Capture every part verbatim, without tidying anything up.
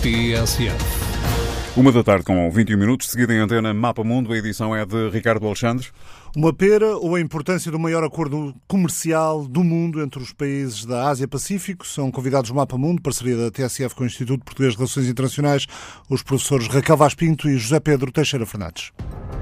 T S F. Uma da tarde com vinte e um minutos, seguida em antena Mapa Mundo, a edição é de Ricardo Alexandre. Uma pera ou a importância do maior acordo comercial do mundo entre os países da Ásia-Pacífico? São convidados do Mapa Mundo, parceria da T S F com o Instituto Português de Relações Internacionais, os professores Raquel Vaz Pinto e José Pedro Teixeira Fernandes.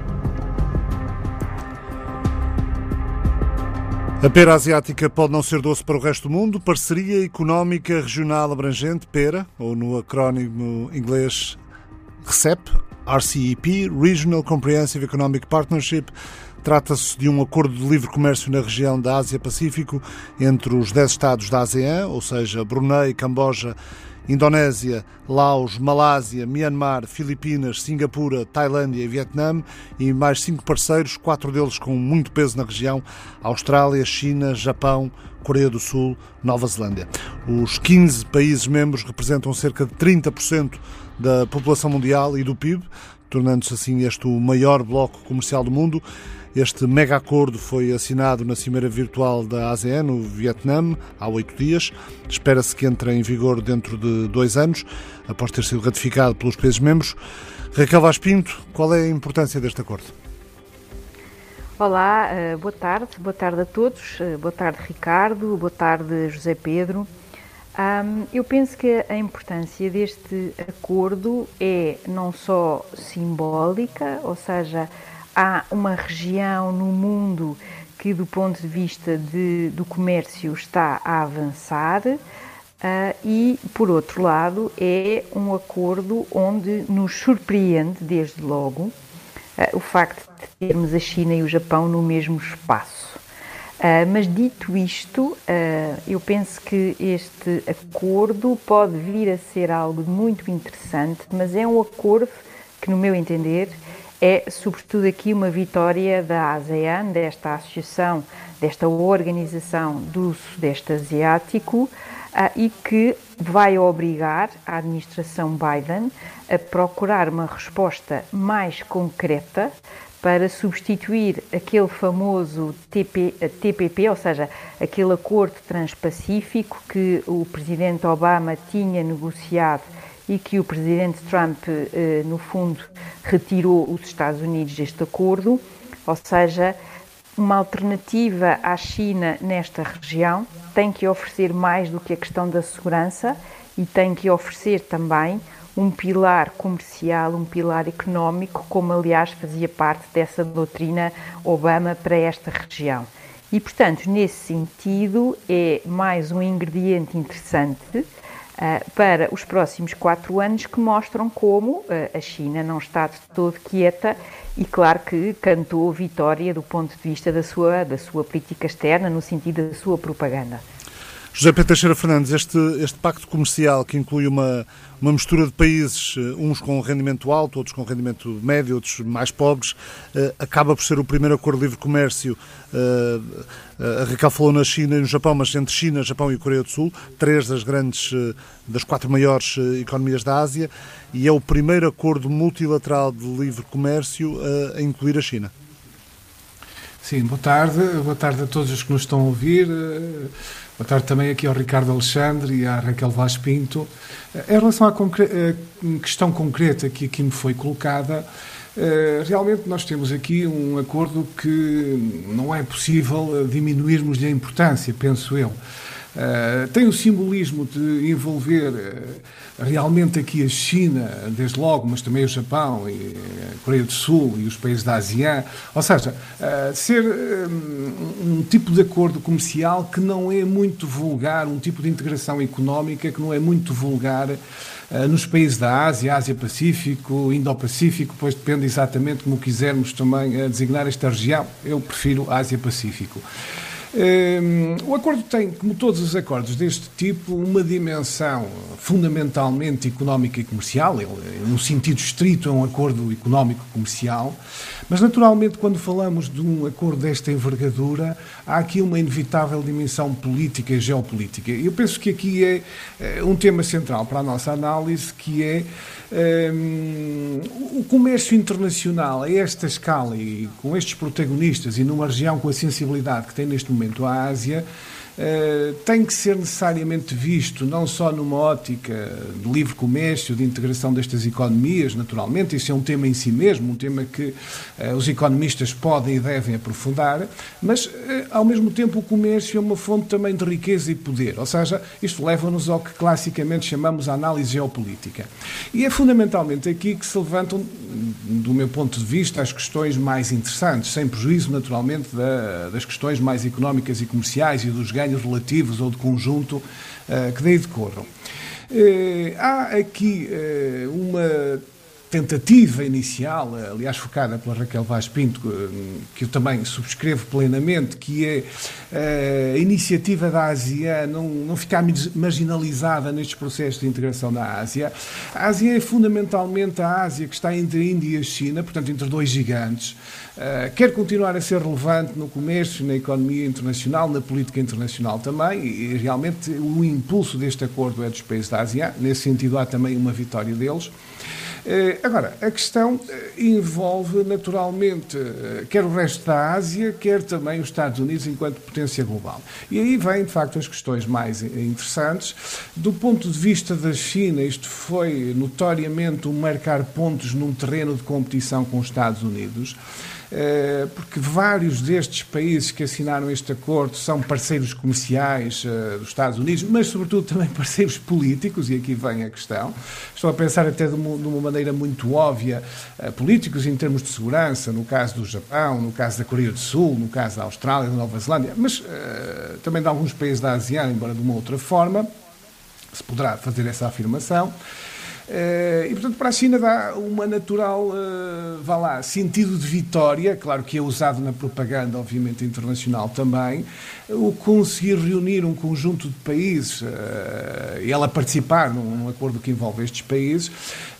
A pera asiática pode não ser doce para o resto do mundo. Parceria Económica Regional Abrangente, PERA, ou no acrónimo inglês R C E P, R C E P, Regional Comprehensive Economic Partnership. Trata-se de um acordo de livre comércio na região da Ásia-Pacífico entre os dez Estados da ASEAN, ou seja, Brunei, Camboja, Indonésia, Laos, Malásia, Myanmar, Filipinas, Singapura, Tailândia e Vietnã, e mais cinco parceiros, quatro deles com muito peso na região: Austrália, China, Japão, Coreia do Sul, Nova Zelândia. Os quinze países membros representam cerca de trinta por cento da população mundial e do P I B, tornando-se assim este o maior bloco comercial do mundo. Este mega acordo foi assinado na Cimeira Virtual da ASEAN, no Vietnã, há oito dias. Espera-se que entre em vigor dentro de dois anos, após ter sido ratificado pelos países membros. Raquel Vaz Pinto, qual é a importância deste acordo? Olá, boa tarde, boa tarde a todos, boa tarde Ricardo, boa tarde José Pedro. Um, eu penso que a importância deste acordo é não só simbólica, ou seja, há uma região no mundo que, do ponto de vista de, do comércio, está a avançar uh, e, por outro lado, é um acordo onde nos surpreende, desde logo, uh, o facto de termos a China e o Japão no mesmo espaço. Uh, mas, dito isto, uh, eu penso que este acordo pode vir a ser algo muito interessante, mas é um acordo que, no meu entender, é, sobretudo aqui, uma vitória da ASEAN, desta associação, desta organização do Sudeste Asiático, uh, e que vai obrigar a administração Biden a procurar uma resposta mais concreta para substituir aquele famoso T P P, ou seja, aquele acordo transpacífico que o presidente Obama tinha negociado e que o presidente Trump, no fundo, retirou os Estados Unidos deste acordo, ou seja, uma alternativa à China nesta região tem que oferecer mais do que a questão da segurança e tem que oferecer também um pilar comercial, um pilar económico, como aliás fazia parte dessa doutrina Obama para esta região. E, portanto, nesse sentido, é mais um ingrediente interessante uh, para os próximos quatro anos que mostram como uh, a China não está de todo quieta e, claro, que cantou vitória do ponto de vista da sua, da sua política externa, no sentido da sua propaganda. José Pedro Teixeira Fernandes, este, este pacto comercial que inclui uma, uma mistura de países, uns com rendimento alto, outros com rendimento médio, outros mais pobres, eh, acaba por ser o primeiro acordo de livre comércio. Eh, a Raquel falou na China e no Japão, mas entre China, Japão e Coreia do Sul, três das grandes, das quatro maiores economias da Ásia, e é o primeiro acordo multilateral de livre comércio a, a incluir a China. Sim, boa tarde, boa tarde a todos os que nos estão a ouvir. Boa tarde também aqui ao Ricardo Alexandre e à Raquel Vaz Pinto. Em relação à concre- questão concreta que aqui me foi colocada, realmente nós temos aqui um acordo que não é possível diminuirmos-lhe a importância, penso eu. Uh, tem o simbolismo de envolver uh, realmente aqui a China, desde logo, mas também o Japão, e a Coreia do Sul e os países da ASEAN, ou seja, uh, ser um, um tipo de acordo comercial que não é muito vulgar, um tipo de integração económica que não é muito vulgar uh, nos países da Ásia, Ásia-Pacífico, Indo-Pacífico, pois depende exatamente como quisermos também uh, designar esta região. Eu prefiro Ásia-Pacífico. Um, o acordo tem, como todos os acordos deste tipo, uma dimensão fundamentalmente económica e comercial. Ele, no sentido estrito, é um acordo económico-comercial, mas naturalmente quando falamos de um acordo desta envergadura, há aqui uma inevitável dimensão política e geopolítica. Eu penso que aqui é, é um tema central para a nossa análise, que é um, o comércio internacional a esta escala e com estes protagonistas e numa região com a sensibilidade que tem neste momento a Ásia, uh, tem que ser necessariamente visto não só numa ótica de livre comércio, de integração destas economias, naturalmente, isso é um tema em si mesmo, um tema que uh, os economistas podem e devem aprofundar, mas, uh, ao mesmo tempo, o comércio é uma fonte também de riqueza e poder, ou seja, isto leva-nos ao que classicamente chamamos a análise geopolítica. E é fundamentalmente aqui que se levantam, do meu ponto de vista, as questões mais interessantes, sem prejuízo, naturalmente, da, das questões mais económicas e comerciais e dos ganhos relativos ou de conjunto uh, que daí decorram. Uh, há aqui uh, uma tentativa inicial, aliás focada pela Raquel Vaz Pinto, que eu também subscrevo plenamente, que é a iniciativa da Ásia não, não ficar marginalizada nestes processos de integração da Ásia. A Ásia é fundamentalmente a Ásia que está entre a Índia e a China, portanto entre dois gigantes. Uh, quer continuar a ser relevante no comércio, na economia internacional, na política internacional também, e, e realmente o impulso deste acordo é dos países da Ásia, nesse sentido há também uma vitória deles. Uh, agora, a questão uh, envolve naturalmente uh, quer o resto da Ásia, quer também os Estados Unidos enquanto potência global. E aí vêm, de facto, as questões mais interessantes. Do ponto de vista da China, isto foi notoriamente um marcar pontos num terreno de competição com os Estados Unidos, porque vários destes países que assinaram este acordo são parceiros comerciais uh, dos Estados Unidos, mas sobretudo também parceiros políticos, e aqui vem a questão. Estou a pensar até de uma, de uma maneira muito óbvia, uh, políticos em termos de segurança, no caso do Japão, no caso da Coreia do Sul, no caso da Austrália, da Nova Zelândia, mas uh, também de alguns países da ASEAN, embora de uma outra forma, se poderá fazer essa afirmação. Uh, e, portanto, para a China dá uma natural, uh, vá lá, sentido de vitória, claro que é usado na propaganda, obviamente, internacional também, o conseguir reunir um conjunto de países uh, e ela participar num, num acordo que envolve estes países,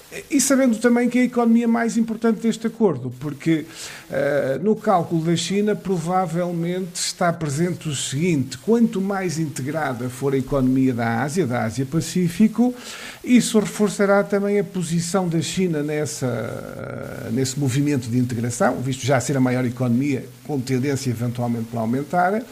e sabendo também que é a economia mais importante deste acordo, porque uh, no cálculo da China provavelmente está presente o seguinte: quanto mais integrada for a economia da Ásia, da Ásia-Pacífico, isso reforçará também a posição da China nessa, uh, nesse movimento de integração, visto já ser a maior economia, com tendência eventualmente para aumentar.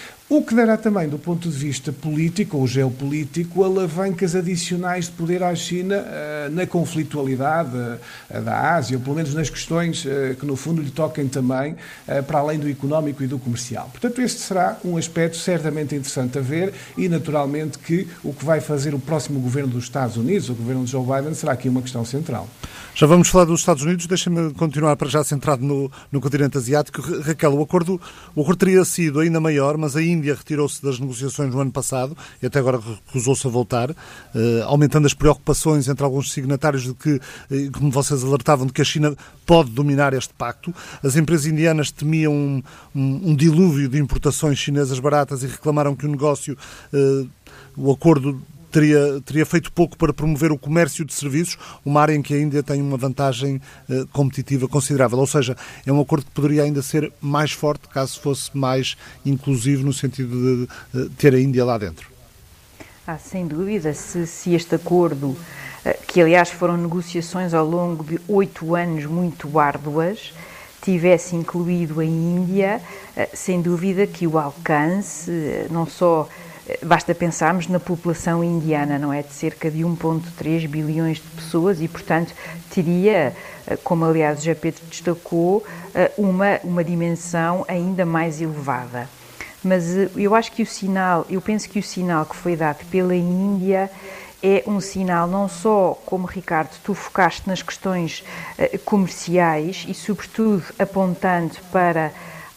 O que dará também, do ponto de vista político ou geopolítico, alavancas adicionais de poder à China uh, na conflitualidade uh, da Ásia, ou pelo menos nas questões uh, que, no fundo, lhe toquem também uh, para além do económico e do comercial. Portanto, este será um aspecto certamente interessante a ver e, naturalmente, que o que vai fazer o próximo governo dos Estados Unidos, o governo de Joe Biden, será aqui uma questão central. Já vamos falar dos Estados Unidos, deixa-me continuar para já centrado no, no continente asiático. Raquel, o acordo, o acordo teria sido ainda maior, mas a Índia retirou-se das negociações no ano passado e até agora recusou-se a voltar, eh, aumentando as preocupações entre alguns signatários de que, eh, como vocês alertavam, de que a China pode dominar este pacto. As empresas indianas temiam um, um, um dilúvio de importações chinesas baratas e reclamaram que o negócio, eh, o acordo Teria, teria feito pouco para promover o comércio de serviços, uma área em que a Índia tem uma vantagem eh, competitiva considerável. Ou seja, é um acordo que poderia ainda ser mais forte caso fosse mais inclusivo no sentido de, de ter a Índia lá dentro. Ah, sem dúvida, se, se este acordo, que aliás foram negociações ao longo de oito anos muito árduas, tivesse incluído a Índia, sem dúvida que o alcance, não só... Basta pensarmos na população indiana, não é? De cerca de um vírgula três bilhões de pessoas e, portanto, teria, como aliás o José Pedro destacou, uma, uma dimensão ainda mais elevada. Mas eu acho que o sinal, eu penso que o sinal que foi dado pela Índia é um sinal não só, como Ricardo, tu focaste nas questões comerciais e, sobretudo, apontando para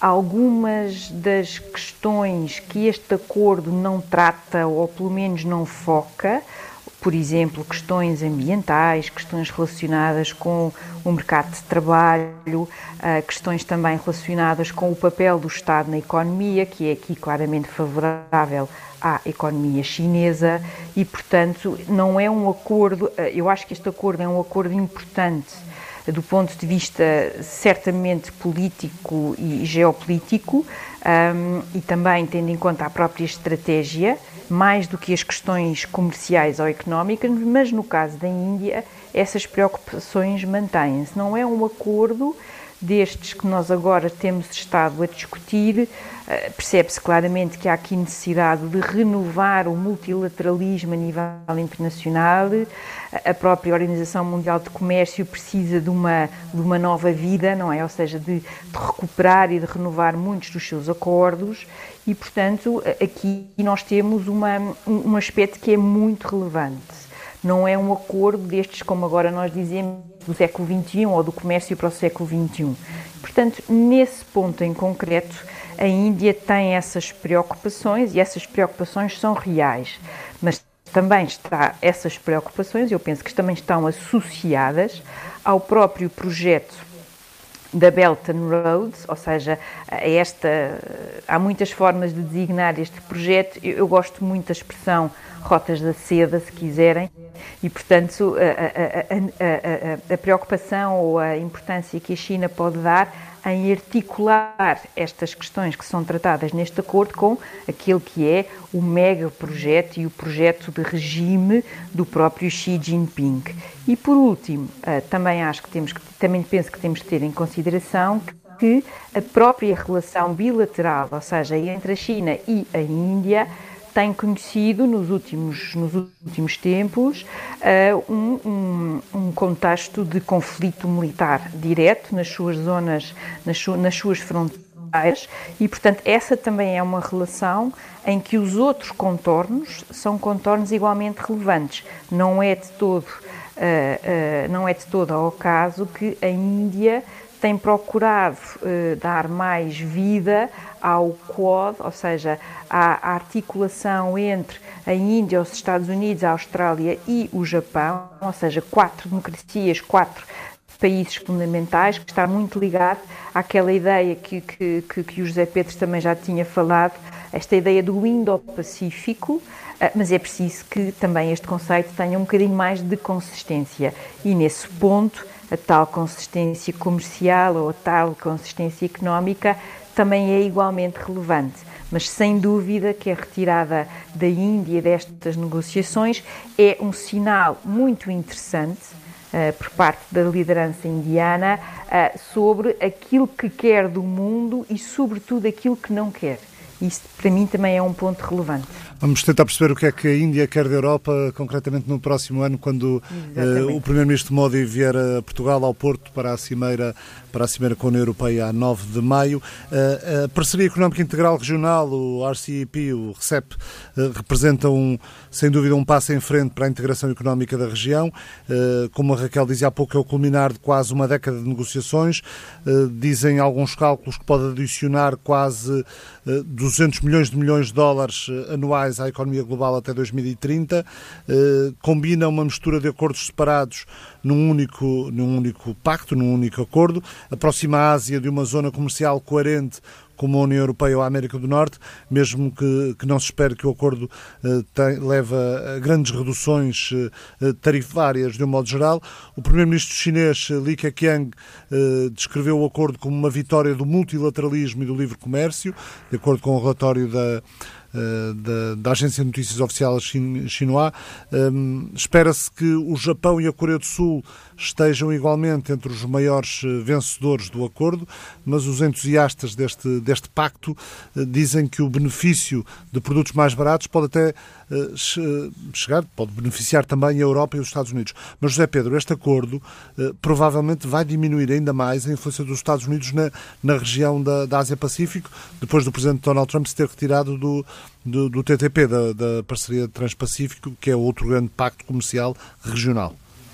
algumas das questões que este acordo não trata ou pelo menos não foca, por exemplo, questões ambientais, questões relacionadas com o mercado de trabalho, questões também relacionadas com o papel do Estado na economia, que é aqui claramente favorável à economia chinesa e, portanto, não é um acordo, eu acho que este acordo é um acordo importante do ponto de vista certamente político e geopolítico um, e também tendo em conta a própria estratégia, mais do que as questões comerciais ou económicas, mas no caso da Índia essas preocupações mantêm-se. Não é um acordo destes que nós agora temos estado a discutir, percebe-se claramente que há aqui necessidade de renovar o multilateralismo a nível internacional. A própria Organização Mundial de Comércio precisa de uma, de uma nova vida, não é? Ou seja, de, de recuperar e de renovar muitos dos seus acordos e, portanto, aqui nós temos uma, um aspecto que é muito relevante. Não é um acordo destes, como agora nós dizemos, do século vinte e um ou do comércio para o século vinte e um. Portanto, nesse ponto em concreto, a Índia tem essas preocupações e essas preocupações são reais, mas também está, essas preocupações, eu penso que também estão associadas ao próprio projeto da Belt and Road, ou seja, esta, há muitas formas de designar este projeto, eu, eu gosto muito da expressão rotas da seda, se quiserem, e portanto a, a, a, a, a preocupação ou a importância que a China pode dar em articular estas questões que são tratadas neste acordo com aquele que é o mega projeto e o projeto de regime do próprio Xi Jinping. E por último, também acho que temos que, também penso que temos que ter em consideração que a própria relação bilateral, ou seja, entre a China e a Índia, tem conhecido nos últimos, nos últimos tempos uh, um, um, um contexto de conflito militar direto nas suas zonas, nas, su, nas suas fronteiras e, portanto, essa também é uma relação em que os outros contornos são contornos igualmente relevantes. Não é de todo, uh, uh, não é de todo ao caso que a Índia tem procurado uh, dar mais vida ao Quad, ou seja, à, à articulação entre a Índia, os Estados Unidos, a Austrália e o Japão, ou seja, quatro democracias, quatro países fundamentais, que está muito ligado àquela ideia que, que, que, que o José Pedro também já tinha falado, esta ideia do Indo-Pacífico, mas é preciso que também este conceito tenha um bocadinho mais de consistência e nesse ponto a tal consistência comercial ou a tal consistência económica também é igualmente relevante, mas sem dúvida que a retirada da Índia destas negociações é um sinal muito interessante uh, por parte da liderança indiana uh, sobre aquilo que quer do mundo e sobretudo aquilo que não quer. Isso para mim também é um ponto relevante. Vamos tentar perceber o que é que a Índia quer da Europa, concretamente no próximo ano, quando uh, o primeiro-ministro Modi vier a Portugal, ao Porto, para a cimeira, para a cimeira com a União Europeia a nove de maio. Uh, a Parceria Económica Integral Regional, o R C E P, o R C E P, uh, representa, um, sem dúvida, um passo em frente para a integração económica da região. Uh, como a Raquel dizia há pouco, é o culminar de quase uma década de negociações. Uh, dizem alguns cálculos que pode adicionar quase uh, duzentos milhões de milhões de dólares uh, anuais à economia global até dois mil e trinta, eh, combina uma mistura de acordos separados num único, num único pacto, num único acordo, aproxima a Ásia de uma zona comercial coerente como a União Europeia ou a América do Norte, mesmo que, que não se espere que o acordo eh, tem, leve a grandes reduções eh, tarifárias de um modo geral. O primeiro-ministro chinês Li Keqiang eh, descreveu o acordo como uma vitória do multilateralismo e do livre comércio, de acordo com o relatório da Da, da Agência de Notícias Oficial Xinhua. Um, espera-se que o Japão e a Coreia do Sul estejam igualmente entre os maiores vencedores do acordo, mas os entusiastas deste, deste pacto uh, dizem que o benefício de produtos mais baratos pode até uh, chegar, pode beneficiar também a Europa e os Estados Unidos. Mas, José Pedro, este acordo uh, provavelmente vai diminuir ainda mais a influência dos Estados Unidos na, na região da, da Ásia-Pacífico, depois do presidente Donald Trump se ter retirado do Do, do T T P, da, da Parceria Transpacífico, que é outro grande pacto comercial regional.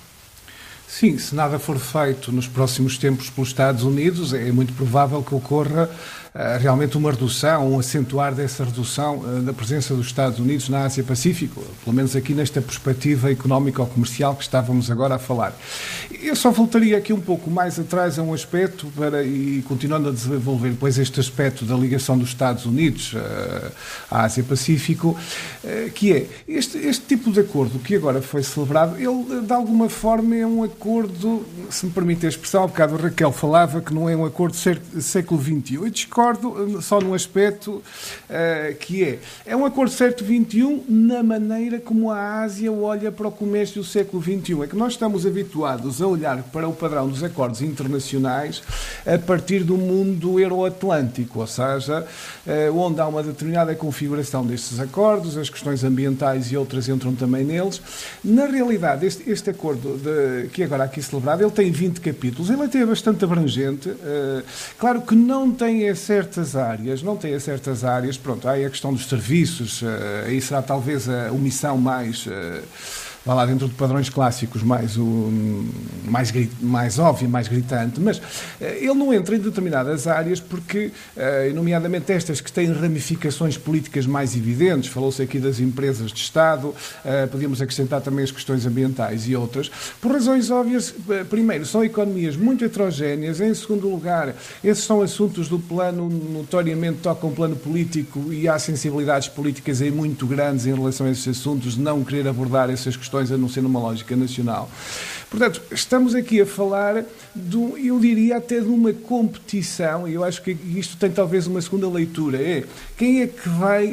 Sim, se nada for feito nos próximos tempos pelos Estados Unidos, é muito provável que ocorra uh, realmente uma redução, um acentuar dessa redução uh, da presença dos Estados Unidos na Ásia-Pacífico, pelo menos aqui nesta perspectiva económico-comercial que estávamos agora a falar. Eu só voltaria aqui um pouco mais atrás a um aspecto, para, e continuando a desenvolver depois este aspecto da ligação dos Estados Unidos uh, à Ásia-Pacífico, uh, que é este, este tipo de acordo que agora foi celebrado, ele de alguma forma é um acordo acordo, se me permite a expressão, há bocado a Raquel falava que não é um acordo do século vinte e um. Eu discordo só num aspecto uh, que é, é um acordo do século vinte e um na maneira como a Ásia olha para o comércio do século vinte e um. É que nós estamos habituados a olhar para o padrão dos acordos internacionais a partir do mundo euroatlântico, ou seja, uh, onde há uma determinada configuração destes acordos, as questões ambientais e outras entram também neles. Na realidade, este, este acordo de, que agora aqui celebrado, ele tem vinte capítulos, ele até é bastante abrangente. Uh, claro que não tem a certas áreas, não tem a certas áreas, pronto, há a questão dos serviços, uh, aí será talvez a omissão mais... Uh, vá lá dentro de padrões clássicos mais, um, mais, mais óbvio, mais gritante, mas uh, ele não entra em determinadas áreas porque, uh, nomeadamente estas que têm ramificações políticas mais evidentes, falou-se aqui das empresas de Estado, uh, podíamos acrescentar também as questões ambientais e outras, por razões óbvias. Uh, primeiro, são economias muito heterogéneas, em segundo lugar, esses são assuntos do plano, notoriamente tocam o plano político e há sensibilidades políticas aí muito grandes em relação a esses assuntos, de não querer abordar essas questões a não ser numa lógica nacional. Portanto, estamos aqui a falar, de, eu diria até de uma competição, e eu acho que isto tem talvez uma segunda leitura, é quem é que vai,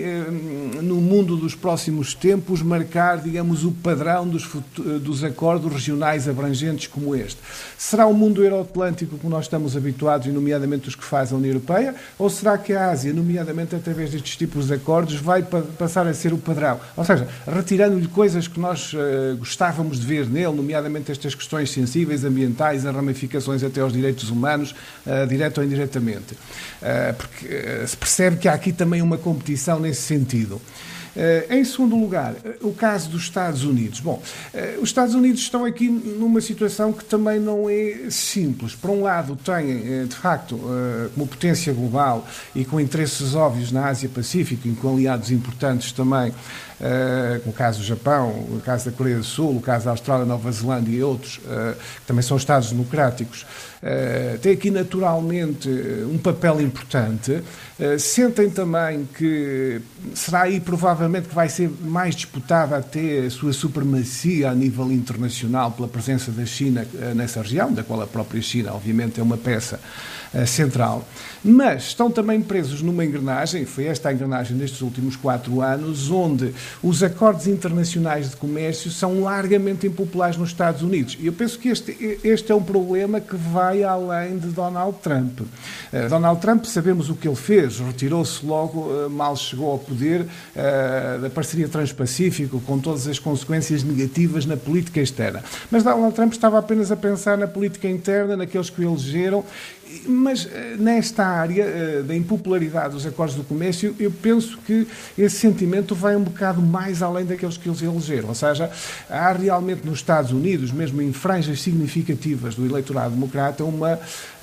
no mundo dos próximos tempos, marcar, digamos, o padrão dos, dos acordos regionais abrangentes como este? Será o mundo euroatlântico que nós estamos habituados, e nomeadamente os que faz a União Europeia, ou será que a Ásia, nomeadamente através destes tipos de acordos, vai pa- passar a ser o padrão? Ou seja, retirando-lhe coisas que nós uh, gostávamos de ver nele, nomeadamente estas questões sensíveis, ambientais, as ramificações até aos direitos humanos, uh, direto ou indiretamente. Uh, porque uh, se percebe que há aqui também uma competição nesse sentido. Uh, em segundo lugar, uh, o caso dos Estados Unidos. Bom, uh, os Estados Unidos estão aqui numa situação que também não é simples. Por um lado, têm, uh, de facto, uh, como potência global e com interesses óbvios na Ásia-Pacífico e com aliados importantes também, uh, como o caso do Japão, o caso da Coreia do Sul, o caso da Austrália, Nova Zelândia e outros, uh, que também são Estados democráticos, uh, têm aqui naturalmente um papel importante. Uh, sentem também que será aí provavelmente que vai ser mais disputada até a sua supremacia a nível internacional pela presença da China uh, nessa região, da qual a própria China, obviamente, é uma peça uh, central. Mas estão também presos numa engrenagem, foi esta a engrenagem nestes últimos quatro anos, onde os acordos internacionais de comércio são largamente impopulares nos Estados Unidos. E eu penso que este, este é um problema que vai além de Donald Trump. Uh, Donald Trump, sabemos o que ele fez, retirou-se logo, uh, mal chegou ao poder, uh, da parceria Transpacífico, com todas as consequências negativas na política externa. Mas Donald Trump estava apenas a pensar na política interna, naqueles que o elegeram. Mas nesta área da impopularidade dos acordos do comércio, eu penso que esse sentimento vai um bocado mais além daqueles que eles elegeram. Ou seja, há realmente nos Estados Unidos, mesmo em franjas significativas do eleitorado democrata, uma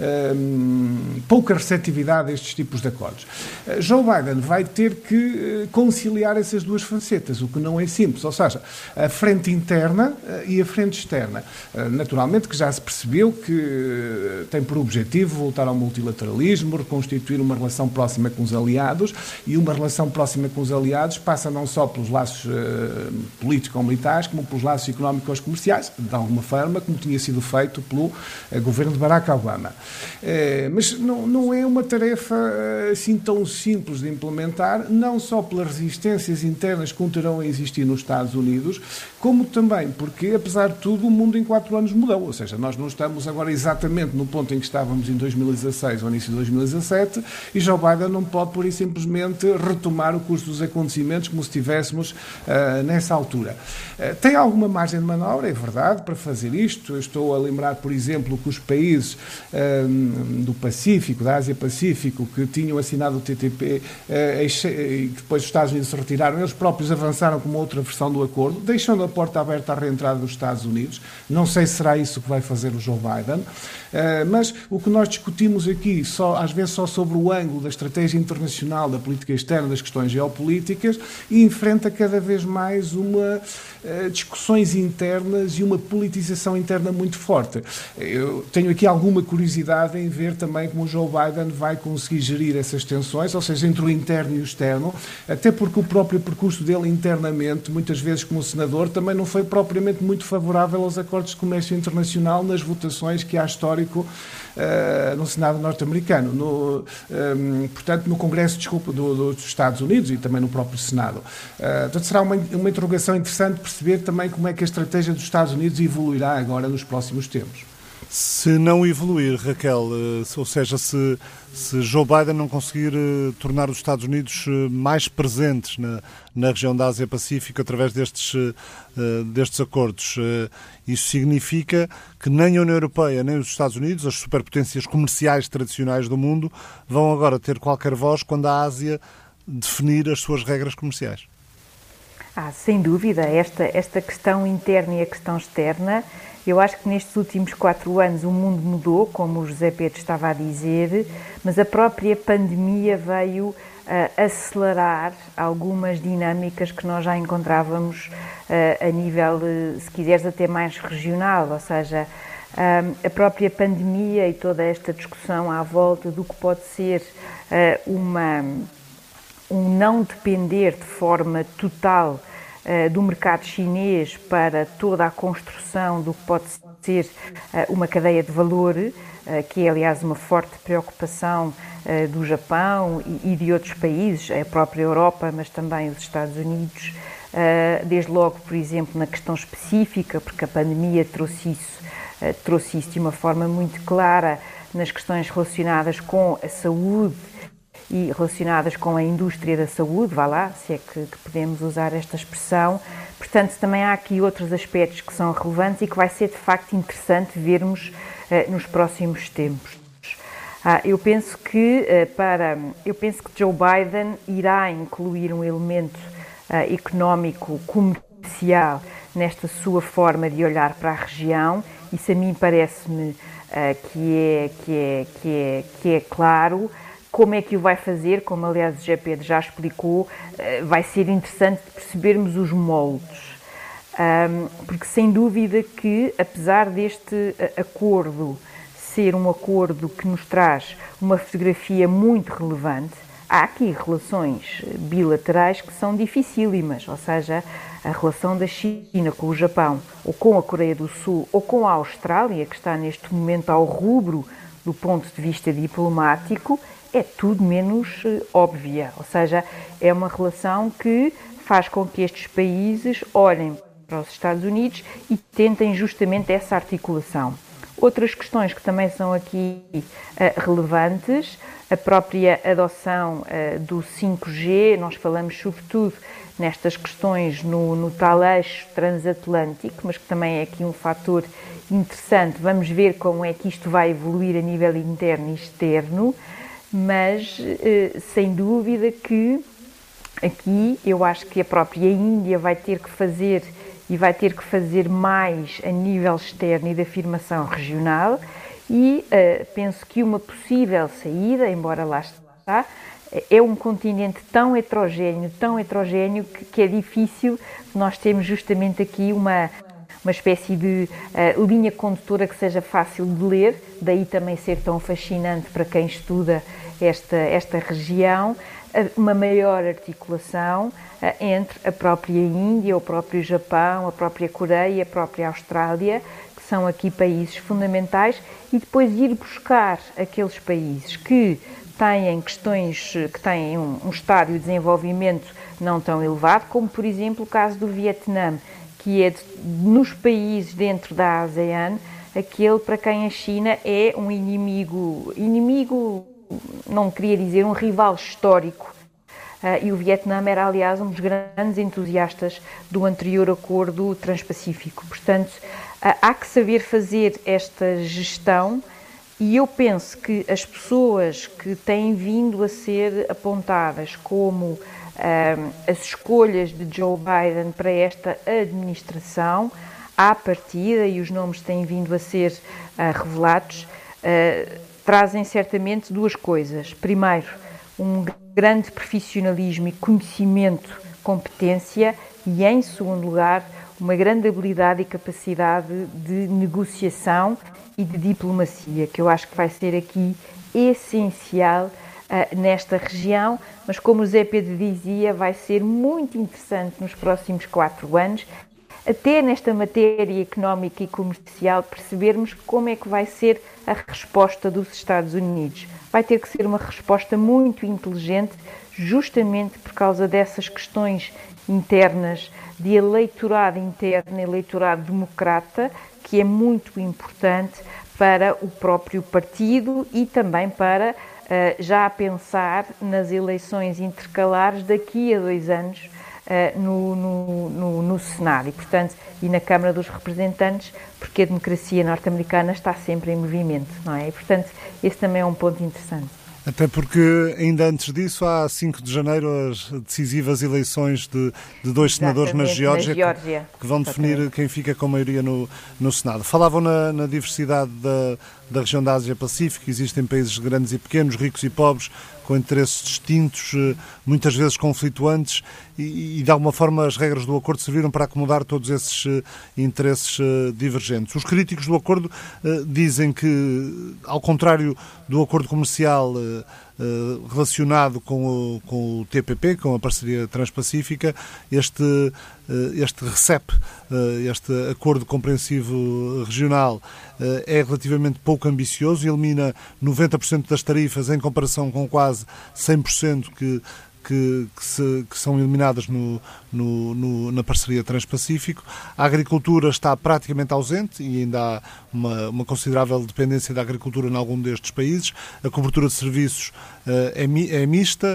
um, pouca receptividade a estes tipos de acordos. Joe Biden vai ter que conciliar essas duas facetas, o que não é simples. Ou seja, a frente interna e a frente externa. Naturalmente que já se percebeu que tem por objetivo voltar ao multilateralismo, reconstituir uma relação próxima com os aliados, e uma relação próxima com os aliados passa não só pelos laços uh, político-militares, como pelos laços económicos comerciais, de alguma forma, como tinha sido feito pelo uh, governo de Barack Obama. Uh, mas não, não é uma tarefa uh, assim tão simples de implementar, não só pelas resistências internas que continuarão a existir nos Estados Unidos, como também porque, apesar de tudo, o mundo em quatro anos mudou. Ou seja, nós não estamos agora exatamente no ponto em que estávamos em dois mil e dezasseis ou início de dois mil e dezassete, e Joe Biden não pode, por e simplesmente, retomar o curso dos acontecimentos como se estivéssemos uh, nessa altura. Uh, tem alguma margem de manobra, é verdade, para fazer isto. Eu estou a lembrar, por exemplo, que os países uh, do Pacífico, da Ásia-Pacífico, que tinham assinado o T T P uh, e que depois os Estados Unidos se retiraram, eles próprios avançaram com uma outra versão do acordo, deixando a porta aberta à reentrada dos Estados Unidos. Não sei se será isso que vai fazer o Joe Biden, uh, mas o que nós discutimos aqui, só, às vezes só sobre o ângulo da estratégia internacional, da política externa, das questões geopolíticas, e enfrenta cada vez mais uma uh, discussões internas e uma politização interna muito forte. Eu tenho aqui alguma curiosidade em ver também como o Joe Biden vai conseguir gerir essas tensões, ou seja, entre o interno e o externo, até porque o próprio percurso dele internamente, muitas vezes como senador, também não foi propriamente muito favorável aos acordos de comércio internacional nas votações que há histórico uh, no Senado norte-americano, no, um, portanto, no Congresso, desculpa, do, dos Estados Unidos e também no próprio Senado. Uh, portanto, será uma, uma interrogação interessante perceber também como é que a estratégia dos Estados Unidos evoluirá agora nos próximos tempos. Se não evoluir, Raquel, ou seja, se, se Joe Biden não conseguir uh, tornar os Estados Unidos uh, mais presentes na, na região da Ásia-Pacífico através destes, uh, destes acordos, uh, isso significa que nem a União Europeia nem os Estados Unidos, as superpotências comerciais tradicionais do mundo, vão agora ter qualquer voz quando a Ásia definir as suas regras comerciais. Ah, sem dúvida, esta, esta questão interna e a questão externa. Eu acho que nestes últimos quatro anos o mundo mudou, como o José Pedro estava a dizer, mas a própria pandemia veio uh, acelerar algumas dinâmicas que nós já encontrávamos uh, a nível, uh, se quiseres, até mais regional, ou seja, uh, a própria pandemia e toda esta discussão à volta do que pode ser uh, uma, um não depender de forma total do mercado chinês para toda a construção do que pode ser uma cadeia de valor, que é, aliás, uma forte preocupação do Japão e de outros países, a própria Europa, mas também os Estados Unidos, desde logo, por exemplo, na questão específica, porque a pandemia trouxe isso, trouxe isso de uma forma muito clara nas questões relacionadas com a saúde e relacionadas com a indústria da saúde, vá lá, se é que, que podemos usar esta expressão. Portanto, também há aqui outros aspectos que são relevantes e que vai ser, de facto, interessante vermos uh, nos próximos tempos. Uh, eu penso que, uh, para, eu penso que Joe Biden irá incluir um elemento uh, económico comercial nesta sua forma de olhar para a região. Isso a mim parece-me uh, que, é, que, é, que, é, que é claro. Como é que o vai fazer, como aliás o José Pedro já explicou, vai ser interessante percebermos os moldes, porque sem dúvida que, apesar deste acordo ser um acordo que nos traz uma fotografia muito relevante, há aqui relações bilaterais que são dificílimas, ou seja, a relação da China com o Japão, ou com a Coreia do Sul, ou com a Austrália, que está neste momento ao rubro do ponto de vista diplomático, é tudo menos uh, óbvia, ou seja, é uma relação que faz com que estes países olhem para os Estados Unidos e tentem justamente essa articulação. Outras questões que também são aqui uh, relevantes, a própria adoção uh, do cinco G, nós falamos sobretudo nestas questões no, no tal eixo transatlântico, mas que também é aqui um fator interessante. Vamos ver como é que isto vai evoluir a nível interno e externo, mas sem dúvida que aqui eu acho que a própria Índia vai ter que fazer e vai ter que fazer mais a nível externo e de afirmação regional e uh, penso que uma possível saída, embora lá está, é um continente tão heterogéneo, tão heterogéneo que, que é difícil nós termos justamente aqui uma uma espécie de uh, linha condutora que seja fácil de ler, daí também ser tão fascinante para quem estuda esta, esta região, uh, uma maior articulação uh, entre a própria Índia, o próprio Japão, a própria Coreia, a própria Austrália, que são aqui países fundamentais, e depois ir buscar aqueles países que têm questões, que têm um, um estádio de desenvolvimento não tão elevado, como por exemplo o caso do Vietnã, que é de, nos países dentro da ASEAN, aquele para quem a China é um inimigo, inimigo, não queria dizer, um rival histórico. Uh, e o Vietnã era, aliás, um dos grandes entusiastas do anterior acordo Transpacífico. Portanto, uh, há que saber fazer esta gestão e eu penso que as pessoas que têm vindo a ser apontadas como Uh, as escolhas de Joe Biden para esta administração, à partida, e os nomes têm vindo a ser uh, revelados, uh, trazem certamente duas coisas. Primeiro, um grande profissionalismo e conhecimento, competência, e em segundo lugar, uma grande habilidade e capacidade de negociação e de diplomacia, que eu acho que vai ser aqui essencial Uh, nesta região, mas como o Zé Pedro dizia, vai ser muito interessante nos próximos quatro anos até nesta matéria económica e comercial, percebermos como é que vai ser a resposta dos Estados Unidos. Vai ter que ser uma resposta muito inteligente, justamente por causa dessas questões internas, de eleitorado interno, eleitorado democrata, que é muito importante para o próprio partido e também para uh, já pensar nas eleições intercalares daqui a dois anos uh, no, no, no, no Senado e, portanto, e na Câmara dos Representantes, porque a democracia norte-americana está sempre em movimento, não é? E, portanto, esse também é um ponto interessante. Até porque, ainda antes disso, há cinco de janeiro as decisivas eleições de, de dois senadores na Geórgia, na Geórgia. Que, que vão definir Exatamente. Quem fica com maioria no, no Senado. Falavam na, na diversidade da, da região da Ásia-Pacífico. Existem países grandes e pequenos, ricos e pobres, com interesses distintos, muitas vezes conflituantes, e, e de alguma forma as regras do acordo serviram para acomodar todos esses uh, interesses uh, divergentes. Os críticos do acordo uh, dizem que, ao contrário do acordo comercial uh, uh, relacionado com o, com o T P P, com a parceria transpacífica, este, uh, este RCEP, uh, este acordo compreensivo regional, uh, é relativamente pouco ambicioso, elimina noventa por cento das tarifas em comparação com quase cem por cento que Que, que, se, que são eliminadas no, no, no, na parceria Transpacífico. A agricultura está praticamente ausente e ainda há uma, uma considerável dependência da agricultura em algum destes países. A cobertura de serviços uh, é, mi, é mista.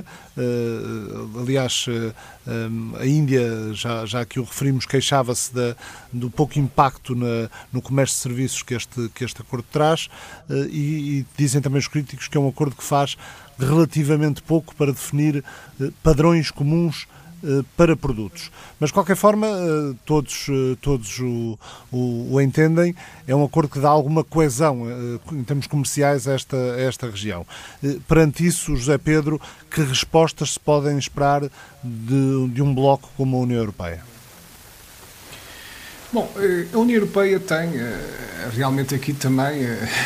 Uh, aliás, uh, um, a Índia, já, já que o referimos, queixava-se da, do pouco impacto na, no comércio de serviços que este, que este acordo traz uh, e, e dizem também os críticos que é um acordo que faz relativamente pouco para definir eh, padrões comuns eh, para produtos. Mas, de qualquer forma, eh, todos, eh, todos o, o, o entendem. É um acordo que dá alguma coesão eh, em termos comerciais a esta, a esta região. Eh, perante isso, José Pedro, que respostas se podem esperar de, de um bloco como a União Europeia? Bom, a União Europeia tem realmente aqui também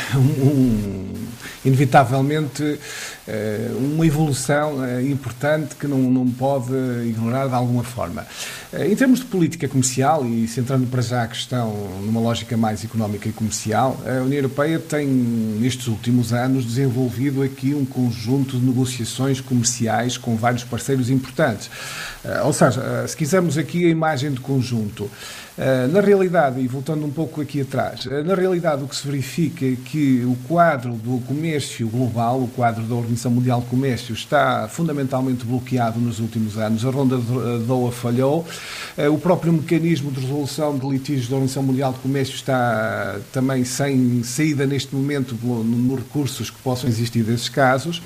um, inevitavelmente uma evolução importante que não, não pode ignorar de alguma forma. Em termos de política comercial, e centrando para já a questão numa lógica mais económica e comercial, a União Europeia tem, nestes últimos anos, desenvolvido aqui um conjunto de negociações comerciais com vários parceiros importantes. Ou seja, se quisermos aqui a imagem de conjunto, na realidade, e voltando um pouco aqui atrás, na realidade o que se verifica é que o quadro do comércio global, o quadro da Organização Mundial de Comércio, está fundamentalmente bloqueado nos últimos anos. A ronda de Doha falhou, o próprio mecanismo de resolução de litígios da Organização Mundial de Comércio está também sem saída neste momento nos recursos que possam existir desses casos.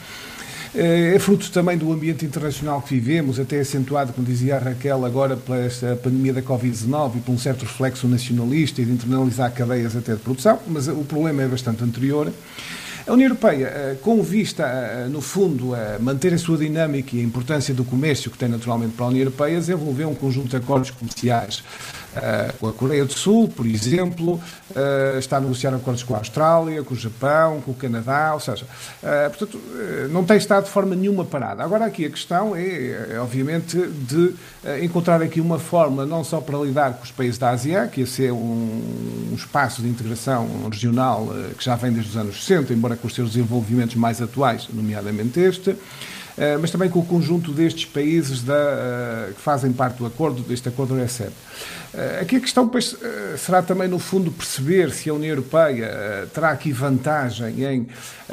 É fruto também do ambiente internacional que vivemos, até acentuado, como dizia a Raquel, agora pela esta pandemia da covid dezenove e por um certo reflexo nacionalista e de internalizar cadeias até de produção, mas o problema é bastante anterior. A União Europeia, com vista, no fundo, a manter a sua dinâmica e a importância do comércio que tem naturalmente para a União Europeia, desenvolveu um conjunto de acordos comerciais Uh, com a Coreia do Sul, por exemplo, uh, está a negociar acordos com a Austrália, com o Japão, com o Canadá, ou seja, uh, portanto, uh, não tem estado de forma nenhuma parada. Agora aqui a questão é, é obviamente, de uh, encontrar aqui uma forma não só para lidar com os países da Ásia, que esse é um, um espaço de integração regional uh, que já vem desde os anos sessenta, embora com os seus desenvolvimentos mais atuais, nomeadamente este, Uh, mas também com o conjunto destes países da, uh, que fazem parte do acordo, deste acordo RCEP. Uh, aqui a questão pois, uh, será também, no fundo, perceber se a União Europeia uh, terá aqui vantagem em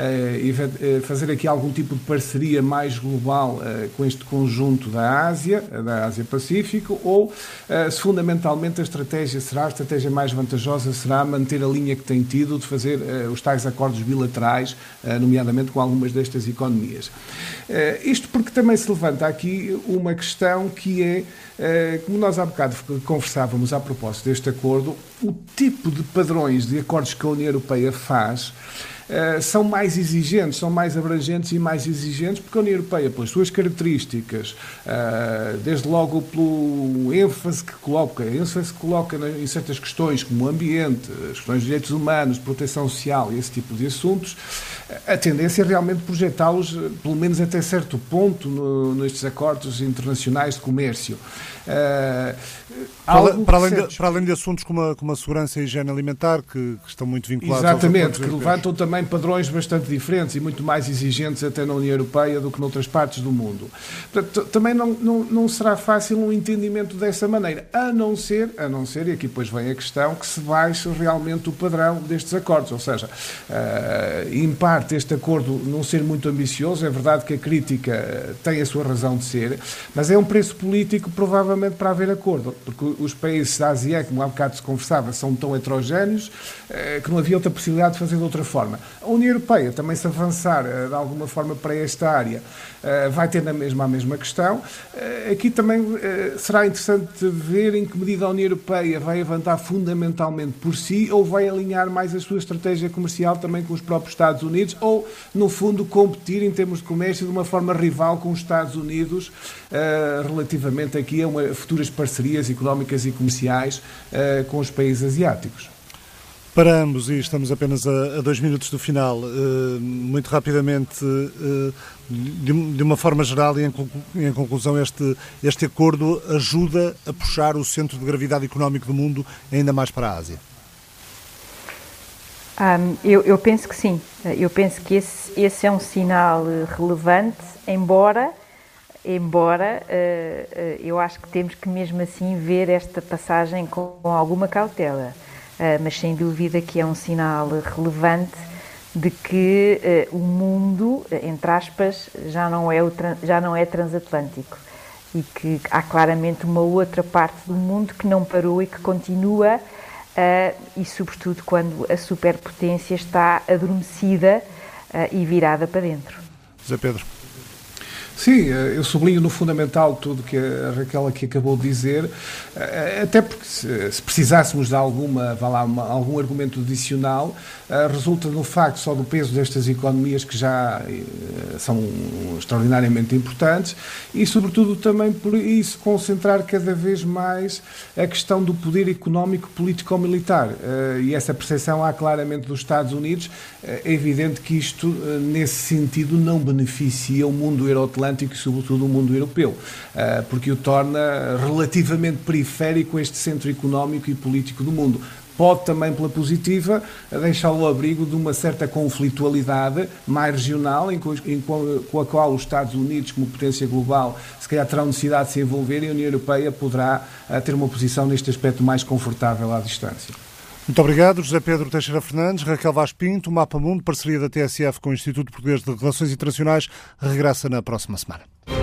uh, fazer aqui algum tipo de parceria mais global uh, com este conjunto da Ásia, da Ásia-Pacífico, ou uh, se fundamentalmente a estratégia será, a estratégia mais vantajosa será manter a linha que tem tido de fazer uh, os tais acordos bilaterais, uh, nomeadamente com algumas destas economias. Uh, Isto porque também se levanta aqui uma questão que é, como nós há bocado conversávamos a propósito deste acordo, o tipo de padrões de acordos que a União Europeia faz uh, são mais exigentes, são mais abrangentes e mais exigentes, porque a União Europeia, pelas suas características, uh, desde logo pelo ênfase que coloca, ênfase que coloca em certas questões como o ambiente, as questões de direitos humanos, proteção social e esse tipo de assuntos, a tendência é realmente projetá-los, pelo menos até certo ponto, no, nestes acordos internacionais de comércio. Uh, para, para, além de, para além de assuntos como a, como a segurança e a higiene alimentar, que, que estão muito vinculados Exatamente, aos que levantam também padrões bastante diferentes e muito mais exigentes até na União Europeia do que noutras partes do mundo. Portanto, também não, não, não será fácil um entendimento dessa maneira, a não ser, a não ser, e aqui depois vem a questão, que se baixe realmente o padrão destes acordos, ou seja, uh, em parte este acordo não ser muito ambicioso, é verdade que a crítica tem a sua razão de ser, mas é um preço político provavelmente para haver acordo, porque os países da Ásia, como há bocado se conversava, são tão heterogéneos eh, que não havia outra possibilidade de fazer de outra forma. A União Europeia também, se avançar eh, de alguma forma para esta área, eh, vai ter na mesma a mesma questão. Eh, aqui também eh, será interessante ver em que medida a União Europeia vai avançar fundamentalmente por si ou vai alinhar mais a sua estratégia comercial também com os próprios Estados Unidos ou, no fundo, competir em termos de comércio de uma forma rival com os Estados Unidos eh, relativamente aqui a uma futuras parcerias económicas e comerciais uh, com os países asiáticos. Para ambos, e estamos apenas a, a dois minutos do final, uh, muito rapidamente, uh, de, de uma forma geral e em, em conclusão, este, este acordo ajuda a puxar o centro de gravidade económico do mundo ainda mais para a Ásia? Um, eu, eu penso que sim. Eu penso que esse, esse é um sinal relevante, embora... Embora uh, uh, eu acho que temos que mesmo assim ver esta passagem com, com alguma cautela, uh, mas sem dúvida que é um sinal relevante de que uh, o mundo, entre aspas, já não é, o, já não é transatlântico e que há claramente uma outra parte do mundo que não parou e que continua, uh, e sobretudo quando a superpotência está adormecida uh, e virada para dentro. José Pedro. Sim, eu sublinho no fundamental tudo que a Raquel aqui acabou de dizer, até porque se precisássemos de alguma, vá lá, uma, algum argumento adicional, resulta no facto só do peso destas economias que já são extraordinariamente importantes e, sobretudo, também por isso concentrar cada vez mais a questão do poder económico político-militar. E essa percepção há claramente dos Estados Unidos. É evidente que isto, nesse sentido, não beneficia o mundo euroatlântico e, sobretudo, o mundo europeu, porque o torna relativamente periférico este centro económico e político do mundo. Pode também, pela positiva, deixá-lo ao abrigo de uma certa conflitualidade mais regional, em, em, com a qual os Estados Unidos, como potência global, se calhar terão necessidade de se envolver e a União Europeia poderá ter uma posição neste aspecto mais confortável à distância. Muito obrigado, José Pedro Teixeira Fernandes. Raquel Vaz Pinto, Mapa Mundo, parceria da T S F com o Instituto Português de Relações Internacionais, regressa na próxima semana.